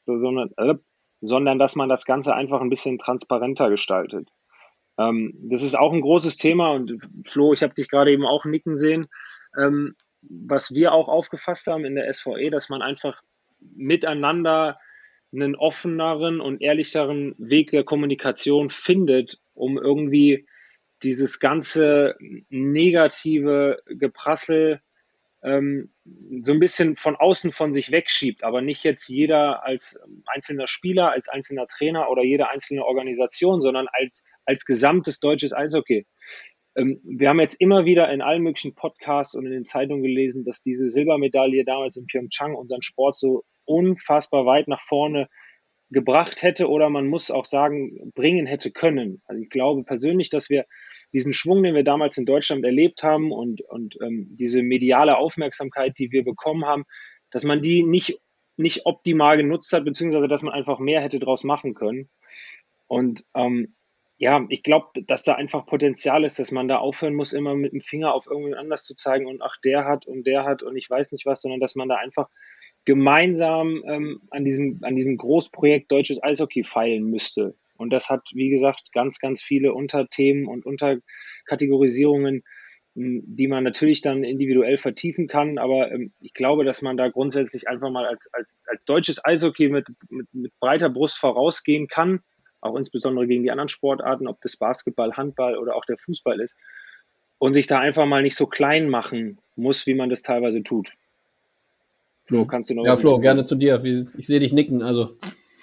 man das Ganze einfach ein bisschen transparenter gestaltet. Das ist auch ein großes Thema und Flo, ich habe dich gerade eben auch nicken sehen, was wir auch aufgefasst haben in der SVE, dass man einfach miteinander einen offeneren und ehrlicheren Weg der Kommunikation findet, um irgendwie dieses ganze negative Geprassel so ein bisschen von außen von sich wegschiebt, aber nicht jetzt jeder als einzelner Spieler, als einzelner Trainer oder jede einzelne Organisation, sondern als gesamtes deutsches Eishockey. Wir haben jetzt immer wieder in allen möglichen Podcasts und in den Zeitungen gelesen, dass diese Silbermedaille damals in Pyeongchang unseren Sport so unfassbar weit nach vorne gebracht hätte oder man muss auch sagen, bringen hätte können. Also ich glaube persönlich, dass wir diesen Schwung, den wir damals in Deutschland erlebt haben und diese mediale Aufmerksamkeit, die wir bekommen haben, dass man die nicht optimal genutzt hat, beziehungsweise dass man einfach mehr hätte draus machen können. Und ja, ich glaube, dass da einfach Potenzial ist, dass man da aufhören muss, immer mit dem Finger auf irgendwen anders zu zeigen und ach, der hat und ich weiß nicht was, sondern dass man da einfach gemeinsam an diesem Großprojekt deutsches Eishockey feilen müsste. Und das hat, wie gesagt, ganz, ganz viele Unterthemen und Unterkategorisierungen, die man natürlich dann individuell vertiefen kann. Aber ich glaube, dass man da grundsätzlich einfach mal als deutsches Eishockey mit breiter Brust vorausgehen kann, auch insbesondere gegen die anderen Sportarten, ob das Basketball, Handball oder auch der Fußball ist, und sich da einfach mal nicht so klein machen muss, wie man das teilweise tut. Flo, kannst du noch? Ja, Flo, gerne zu dir. Ich sehe dich nicken, also.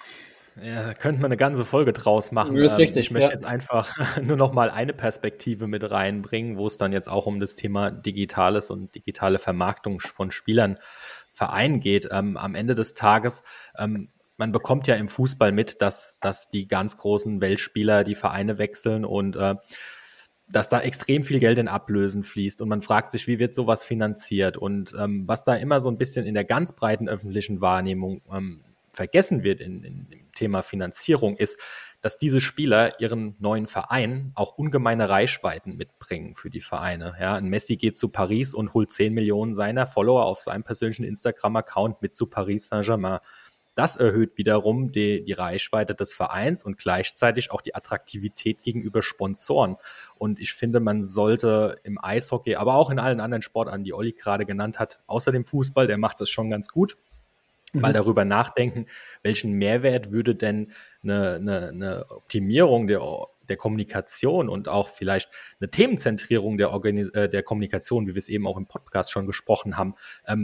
Ja, könnte man eine ganze Folge draus machen. Das ist richtig, ich möchte jetzt einfach nur noch mal eine Perspektive mit reinbringen, wo es dann jetzt auch um das Thema Digitales und digitale Vermarktung von Spielern, Vereinen geht. Am Ende des Tages, man bekommt ja im Fußball mit, dass die ganz großen Weltspieler die Vereine wechseln und dass da extrem viel Geld in Ablösen fließt und man fragt sich, wie wird sowas finanziert? Und was da immer so ein bisschen in der ganz breiten öffentlichen Wahrnehmung vergessen wird im Thema Finanzierung, ist, dass diese Spieler ihren neuen Verein auch ungemeine Reichweiten mitbringen für die Vereine. Ja, ein Messi geht zu Paris und holt 10 Millionen seiner Follower auf seinem persönlichen Instagram-Account mit zu Paris Saint-Germain. Das erhöht wiederum die Reichweite des Vereins und gleichzeitig auch die Attraktivität gegenüber Sponsoren. Und ich finde, man sollte im Eishockey, aber auch in allen anderen Sportarten, die Olli gerade genannt hat, außer dem Fußball, der macht das schon ganz gut, mal darüber nachdenken, welchen Mehrwert würde denn eine Optimierung der Kommunikation und auch vielleicht eine Themenzentrierung der Kommunikation, wie wir es eben auch im Podcast schon gesprochen haben,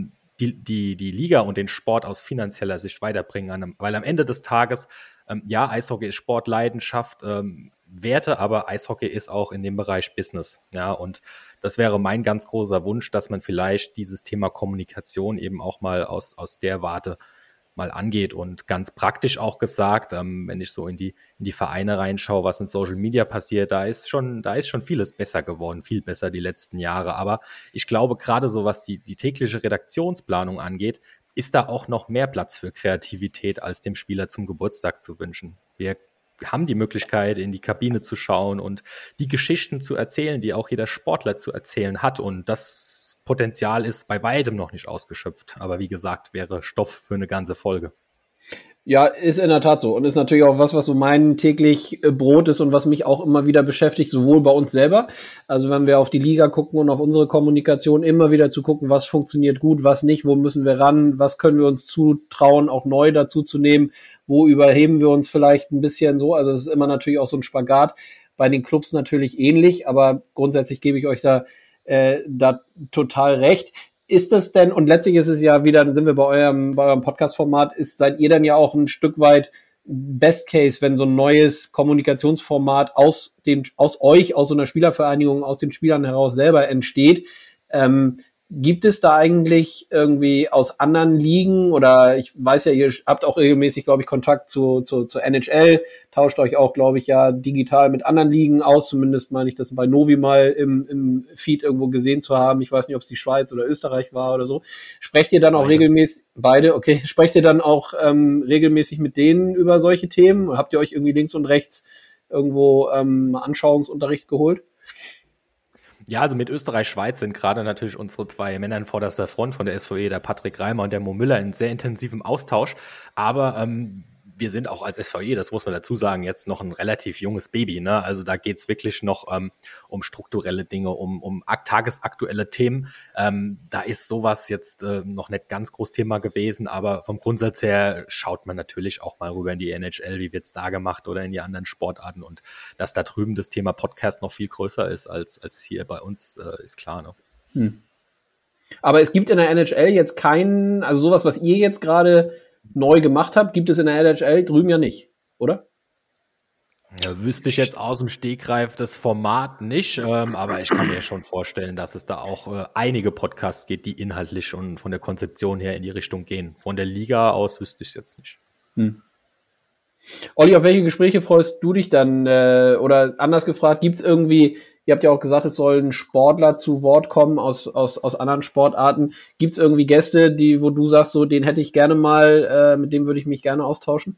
die Liga und den Sport aus finanzieller Sicht weiterbringen. Weil am Ende des Tages, ja, Eishockey ist Sport, Leidenschaft, Werte, aber Eishockey ist auch in dem Bereich Business. Ja, und das wäre mein ganz großer Wunsch, dass man vielleicht dieses Thema Kommunikation eben auch mal aus der Warte mal angeht und ganz praktisch auch gesagt, wenn ich so in die Vereine reinschaue, was in Social Media passiert, da ist schon vieles besser geworden, viel besser die letzten Jahre. Aber ich glaube, gerade so was die tägliche Redaktionsplanung angeht, ist da auch noch mehr Platz für Kreativität, als dem Spieler zum Geburtstag zu wünschen. Wir haben die Möglichkeit, in die Kabine zu schauen und die Geschichten zu erzählen, die auch jeder Sportler zu erzählen hat. Und das Potenzial ist bei weitem noch nicht ausgeschöpft. Aber wie gesagt, wäre Stoff für eine ganze Folge. Ja, ist in der Tat so. Und ist natürlich auch was so mein täglich Brot ist und was mich auch immer wieder beschäftigt, sowohl bei uns selber. Also wenn wir auf die Liga gucken und auf unsere Kommunikation, immer wieder zu gucken, was funktioniert gut, was nicht, wo müssen wir ran, was können wir uns zutrauen, auch neu dazu zu nehmen, wo überheben wir uns vielleicht ein bisschen so. Also es ist immer natürlich auch so ein Spagat. Bei den Clubs natürlich ähnlich, aber grundsätzlich gebe ich euch da total recht. Ist das denn, und letztlich ist es ja wieder, dann sind wir bei eurem Podcast-Format, seid ihr dann ja auch ein Stück weit Best Case, wenn so ein neues Kommunikationsformat aus euch, aus so einer Spielervereinigung, aus den Spielern heraus selber entsteht. Gibt es da eigentlich irgendwie aus anderen Ligen oder ich weiß ja, ihr habt auch regelmäßig, glaube ich, Kontakt zur NHL, tauscht euch auch, glaube ich, ja digital mit anderen Ligen aus, zumindest meine ich das bei Novi mal im Feed irgendwo gesehen zu haben. Ich weiß nicht, ob es die Schweiz oder Österreich war oder so. Sprecht ihr dann auch regelmäßig, beide, okay, sprecht ihr dann auch regelmäßig mit denen über solche Themen? Habt ihr euch irgendwie links und rechts irgendwo Anschauungsunterricht geholt? Ja, also mit Österreich-Schweiz sind gerade natürlich unsere zwei Männer in vorderster Front von der SVE, der Patrick Reimer und der Mo Müller, in sehr intensivem Austausch. Aber wir sind auch als SVE, das muss man dazu sagen, jetzt noch ein relativ junges Baby. Ne? Also da geht's wirklich noch um strukturelle Dinge, um tagesaktuelle Themen. Da ist sowas jetzt noch nicht ganz groß Thema gewesen, aber vom Grundsatz her schaut man natürlich auch mal rüber in die NHL, wie wird's da gemacht oder in die anderen Sportarten. Und dass da drüben das Thema Podcast noch viel größer ist als hier bei uns, ist klar. Ne? Aber es gibt in der NHL jetzt keinen, also sowas, was ihr jetzt gerade neu gemacht habt, gibt es in der NHL drüben ja nicht, oder? Ja, wüsste ich jetzt aus dem Stegreif das Format nicht, aber ich kann mir schon vorstellen, dass es da auch einige Podcasts gibt, die inhaltlich und von der Konzeption her in die Richtung gehen. Von der Liga aus wüsste ich es jetzt nicht. Olli, auf welche Gespräche freust du dich dann? Oder anders gefragt, gibt es irgendwie, ihr habt ja auch gesagt, es sollen Sportler zu Wort kommen aus anderen Sportarten. Gibt es irgendwie Gäste, wo du sagst, so den hätte ich gerne mal, mit dem würde ich mich gerne austauschen?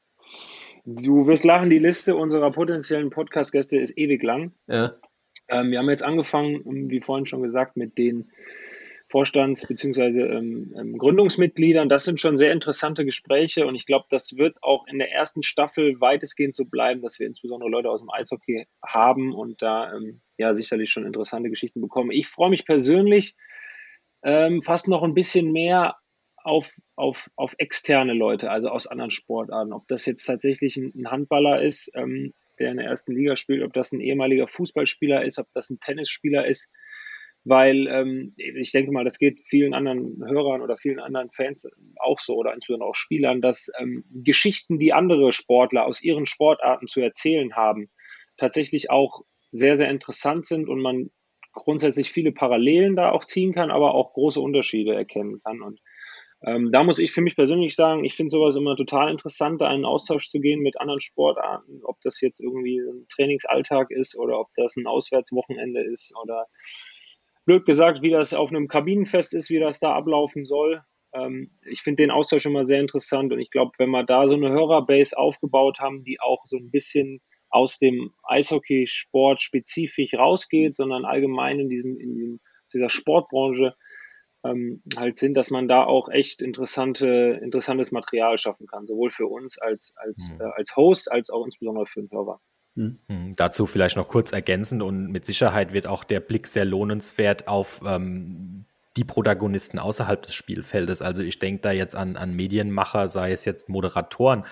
Du wirst lachen, die Liste unserer potenziellen Podcast-Gäste ist ewig lang. Ja. Wir haben jetzt angefangen, wie vorhin schon gesagt, mit den Vorstands- bzw. Gründungsmitgliedern. Das sind schon sehr interessante Gespräche und ich glaube, das wird auch in der ersten Staffel weitestgehend so bleiben, dass wir insbesondere Leute aus dem Eishockey haben und da ja sicherlich schon interessante Geschichten bekommen. Ich freue mich persönlich fast noch ein bisschen mehr auf externe Leute, also aus anderen Sportarten. Ob das jetzt tatsächlich ein Handballer ist, der in der ersten Liga spielt, ob das ein ehemaliger Fußballspieler ist, ob das ein Tennisspieler ist, weil ich denke mal, das geht vielen anderen Hörern oder vielen anderen Fans auch so oder insbesondere auch Spielern, dass Geschichten, die andere Sportler aus ihren Sportarten zu erzählen haben, tatsächlich auch sehr, sehr interessant sind und man grundsätzlich viele Parallelen da auch ziehen kann, aber auch große Unterschiede erkennen kann. Und da muss ich für mich persönlich sagen, ich finde sowas immer total interessant, da in einen Austausch zu gehen mit anderen Sportarten, ob das jetzt irgendwie ein Trainingsalltag ist oder ob das ein Auswärtswochenende ist oder blöd gesagt, wie das auf einem Kabinenfest ist, wie das da ablaufen soll. Ich finde den Austausch immer sehr interessant und ich glaube, wenn wir da so eine Hörerbase aufgebaut haben, die auch so ein bisschen aus dem Eishockeysport spezifisch rausgeht, sondern allgemein in dieser Sportbranche halt sind, dass man da auch echt interessantes Material schaffen kann, sowohl für uns als Host, als auch insbesondere für den Hörer. Dazu vielleicht noch kurz ergänzend und mit Sicherheit wird auch der Blick sehr lohnenswert auf die Protagonisten außerhalb des Spielfeldes. Also ich denke da jetzt an Medienmacher, sei es jetzt Moderatoren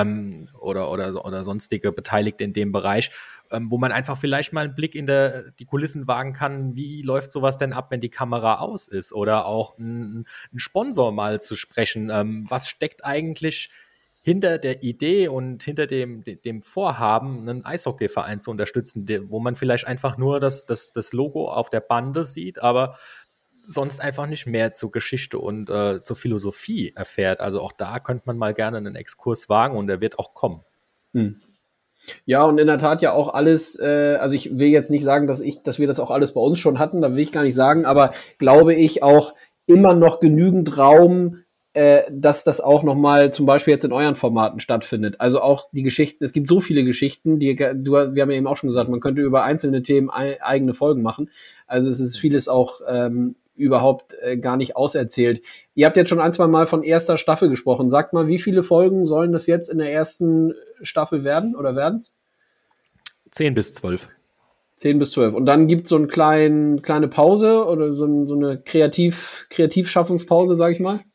oder sonstige Beteiligte in dem Bereich, wo man einfach vielleicht mal einen Blick in die Kulissen wagen kann, wie läuft sowas denn ab, wenn die Kamera aus ist? Oder auch einen Sponsor mal zu sprechen. Was steckt eigentlich hinter der Idee und hinter dem Vorhaben, einen Eishockeyverein zu unterstützen, wo man vielleicht einfach nur das Logo auf der Bande sieht, aber sonst einfach nicht mehr zur Geschichte und zur Philosophie erfährt. Also auch da könnte man mal gerne einen Exkurs wagen und der wird auch kommen. Ja, und in der Tat ja auch alles, also ich will jetzt nicht sagen, dass wir das auch alles bei uns schon hatten, da will ich gar nicht sagen, aber glaube ich auch immer noch genügend Raum, dass das auch nochmal zum Beispiel jetzt in euren Formaten stattfindet. Also auch die Geschichten, es gibt so viele Geschichten, wir haben ja eben auch schon gesagt, man könnte über einzelne Themen eigene Folgen machen. Also es ist vieles auch überhaupt gar nicht auserzählt. Ihr habt jetzt schon 1-2 Mal von erster Staffel gesprochen. Sagt mal, wie viele Folgen sollen das jetzt in der ersten Staffel werden oder werden's? 10 bis 12. 10 bis 12. Und dann gibt's so eine kleine Pause oder so eine Kreativschaffungspause, sag ich mal?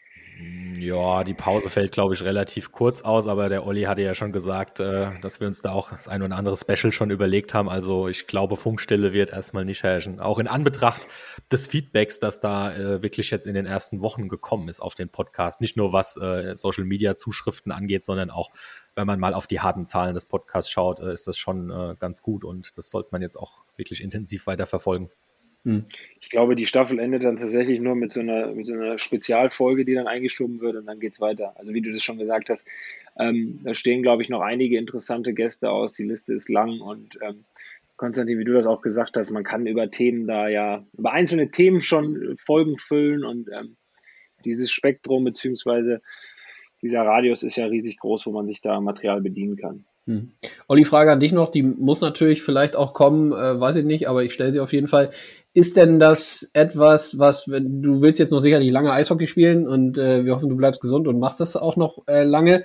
Ja, die Pause fällt, glaube ich, relativ kurz aus, aber der Olli hatte ja schon gesagt, dass wir uns da auch das ein oder andere Special schon überlegt haben. Also ich glaube, Funkstille wird erstmal nicht herrschen. Auch in Anbetracht des Feedbacks, das da wirklich jetzt in den ersten Wochen gekommen ist auf den Podcast. Nicht nur was Social-Media-Zuschriften angeht, sondern auch, wenn man mal auf die harten Zahlen des Podcasts schaut, ist das schon ganz gut und das sollte man jetzt auch wirklich intensiv weiter verfolgen. Ich glaube, die Staffel endet dann tatsächlich nur mit so einer Spezialfolge, die dann eingeschoben wird und dann geht's weiter. Also wie du das schon gesagt hast, da stehen, glaube ich, noch einige interessante Gäste aus. Die Liste ist lang und Konstantin, wie du das auch gesagt hast, man kann über einzelne Themen schon Folgen füllen und dieses Spektrum beziehungsweise dieser Radius ist ja riesig groß, wo man sich da Material bedienen kann. Olli, Frage an dich noch, die muss natürlich vielleicht auch kommen, weiß ich nicht, aber ich stelle sie auf jeden Fall. Ist denn das etwas, du willst jetzt noch sicherlich lange Eishockey spielen und wir hoffen, du bleibst gesund und machst das auch noch lange.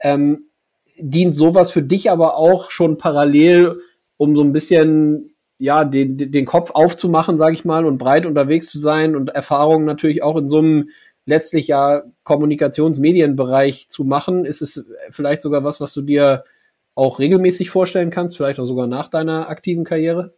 Dient sowas für dich aber auch schon parallel, um so ein bisschen den Kopf aufzumachen, sage ich mal, und breit unterwegs zu sein und Erfahrungen natürlich auch in so einem letztlich ja Kommunikationsmedienbereich zu machen? Ist es vielleicht sogar was du dir auch regelmäßig vorstellen kannst, vielleicht auch sogar nach deiner aktiven Karriere?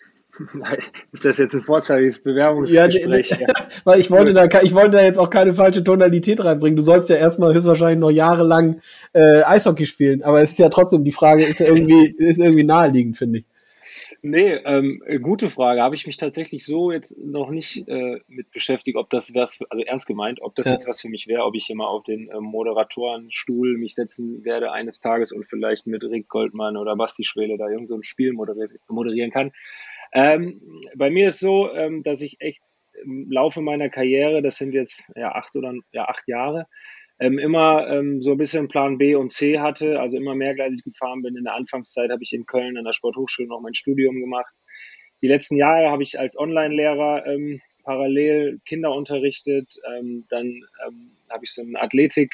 Ist das jetzt ein vorzeitiges Bewerbungsgespräch? Ja, weil ich wollte da jetzt auch keine falsche Tonalität reinbringen. Du sollst ja erstmal höchstwahrscheinlich noch jahrelang Eishockey spielen, aber es ist ja trotzdem, die Frage ist irgendwie naheliegend, finde ich. Nee, gute Frage. Habe ich mich tatsächlich so jetzt noch nicht mit beschäftigt, ob das was, also ernst gemeint, ob das jetzt was für mich wäre, ob ich immer auf den Moderatorenstuhl mich setzen werde eines Tages und vielleicht mit Rick Goldmann oder Basti Schwele da irgend so ein Spiel moderieren kann. Bei mir ist so, dass ich echt im Laufe meiner Karriere, das sind jetzt 8 Jahre, immer so ein bisschen Plan B und C hatte, also immer mehrgleisig gefahren bin. In der Anfangszeit habe ich in Köln an der Sporthochschule noch mein Studium gemacht. Die letzten Jahre habe ich als Online-Lehrer parallel Kinder unterrichtet, dann habe ich so ein Athletik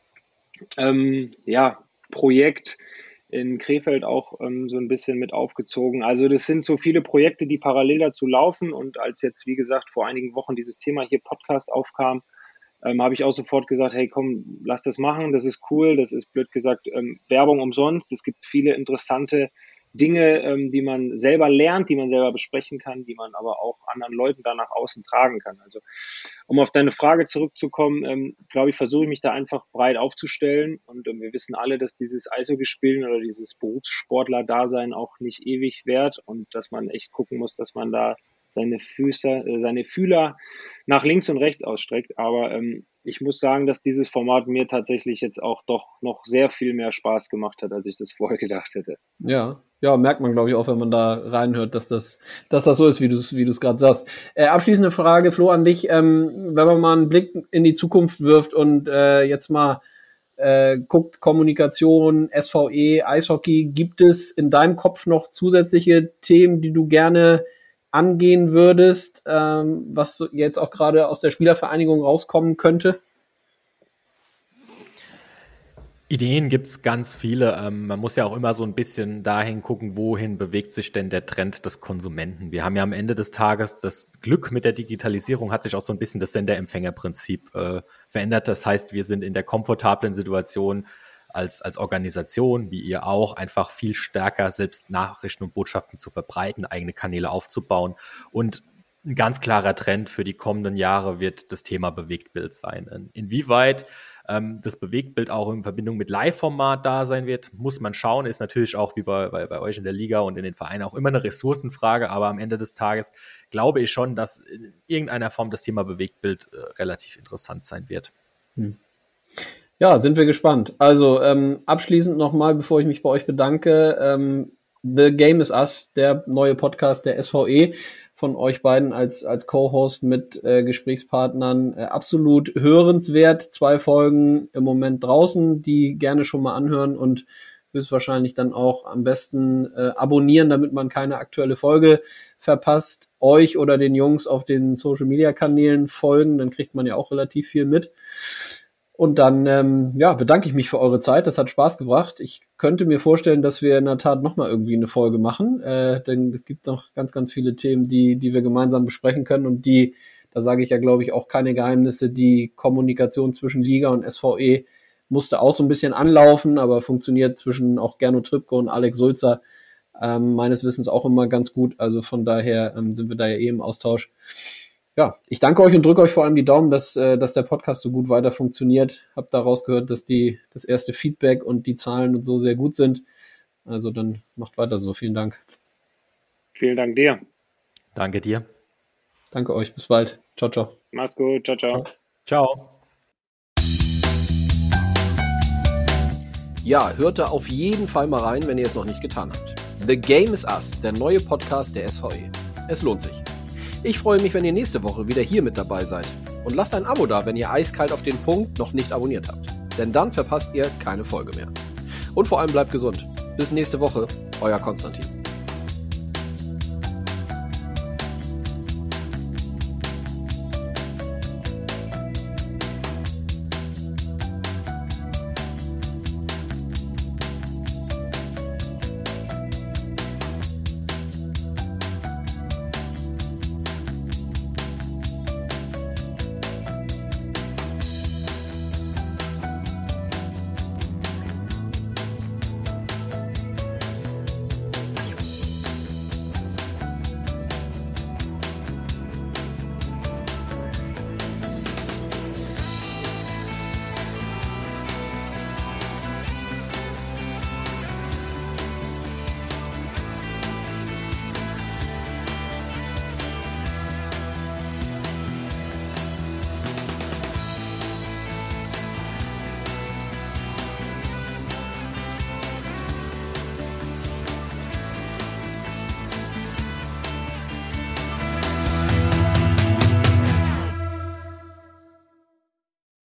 Projekt in Krefeld auch so ein bisschen mit aufgezogen. Also das sind so viele Projekte, die parallel dazu laufen, und als jetzt, wie gesagt, vor einigen Wochen dieses Thema hier Podcast aufkam, habe ich auch sofort gesagt, hey komm, lass das machen, das ist cool, das ist blöd gesagt Werbung umsonst. Es gibt viele interessante Dinge, die man selber lernt, die man selber besprechen kann, die man aber auch anderen Leuten da nach außen tragen kann. Also um auf deine Frage zurückzukommen, glaube ich, versuche ich mich da einfach breit aufzustellen, und wir wissen alle, dass dieses Eishockeyspielen oder dieses Berufssportler-Dasein auch nicht ewig währt und dass man echt gucken muss, dass man da seine Fühler nach links und rechts ausstreckt. Aber ich muss sagen, dass dieses Format mir tatsächlich jetzt auch doch noch sehr viel mehr Spaß gemacht hat, als ich das vorher gedacht hätte. Ja, merkt man, glaube ich, auch, wenn man da reinhört, dass das so ist, wie du es gerade sagst. Abschließende Frage, Flo, an dich. Wenn man mal einen Blick in die Zukunft wirft und jetzt mal guckt, Kommunikation, SVE, Eishockey, gibt es in deinem Kopf noch zusätzliche Themen, die du gerne angehen würdest, was jetzt auch gerade aus der Spielervereinigung rauskommen könnte? Ideen gibt's ganz viele. Man muss ja auch immer so ein bisschen dahin gucken, wohin bewegt sich denn der Trend des Konsumenten. Wir haben ja am Ende des Tages das Glück mit der Digitalisierung, hat sich auch so ein bisschen das Sender-Empfänger-Prinzip verändert. Das heißt, wir sind in der komfortablen Situation, als Organisation, wie ihr auch, einfach viel stärker selbst Nachrichten und Botschaften zu verbreiten, eigene Kanäle aufzubauen. Und ein ganz klarer Trend für die kommenden Jahre wird das Thema Bewegtbild sein. Inwieweit das Bewegtbild auch in Verbindung mit Live-Format da sein wird, muss man schauen. Ist natürlich auch wie bei euch in der Liga und in den Vereinen auch immer eine Ressourcenfrage, aber am Ende des Tages glaube ich schon, dass in irgendeiner Form das Thema Bewegtbild relativ interessant sein wird. Ja, sind wir gespannt. Also abschließend nochmal, bevor ich mich bei euch bedanke, The Game is Us, der neue Podcast der SVE, von euch beiden als Co-Host mit Gesprächspartnern, absolut hörenswert. 2 Folgen im Moment draußen, die gerne schon mal anhören und höchstwahrscheinlich dann auch am besten abonnieren, damit man keine aktuelle Folge verpasst. Euch oder den Jungs auf den Social-Media-Kanälen folgen, dann kriegt man ja auch relativ viel mit. Und dann bedanke ich mich für eure Zeit. Das hat Spaß gebracht. Ich könnte mir vorstellen, dass wir in der Tat nochmal irgendwie eine Folge machen, denn es gibt noch ganz, ganz viele Themen, die wir gemeinsam besprechen können, und da sage ich ja, glaube ich, auch keine Geheimnisse. Die Kommunikation zwischen Liga und SVE musste auch so ein bisschen anlaufen, aber funktioniert zwischen auch Gernot Trippke und Alex Sulzer meines Wissens auch immer ganz gut. Also von daher sind wir da ja im Austausch. Ja, ich danke euch und drücke euch vor allem die Daumen, dass der Podcast so gut weiter funktioniert. Hab da rausgehört, dass das erste Feedback und die Zahlen und so sehr gut sind. Also dann macht weiter so. Vielen Dank. Vielen Dank dir. Danke dir. Danke euch. Bis bald. Ciao, ciao. Mach's gut. Ciao, ciao. Ciao. Ja, hört da auf jeden Fall mal rein, wenn ihr es noch nicht getan habt. The Game is Us, der neue Podcast der SVE. Es lohnt sich. Ich freue mich, wenn ihr nächste Woche wieder hier mit dabei seid. Und lasst ein Abo da, wenn ihr eiskalt auf den Punkt noch nicht abonniert habt. Denn dann verpasst ihr keine Folge mehr. Und vor allem bleibt gesund. Bis nächste Woche, euer Konstantin.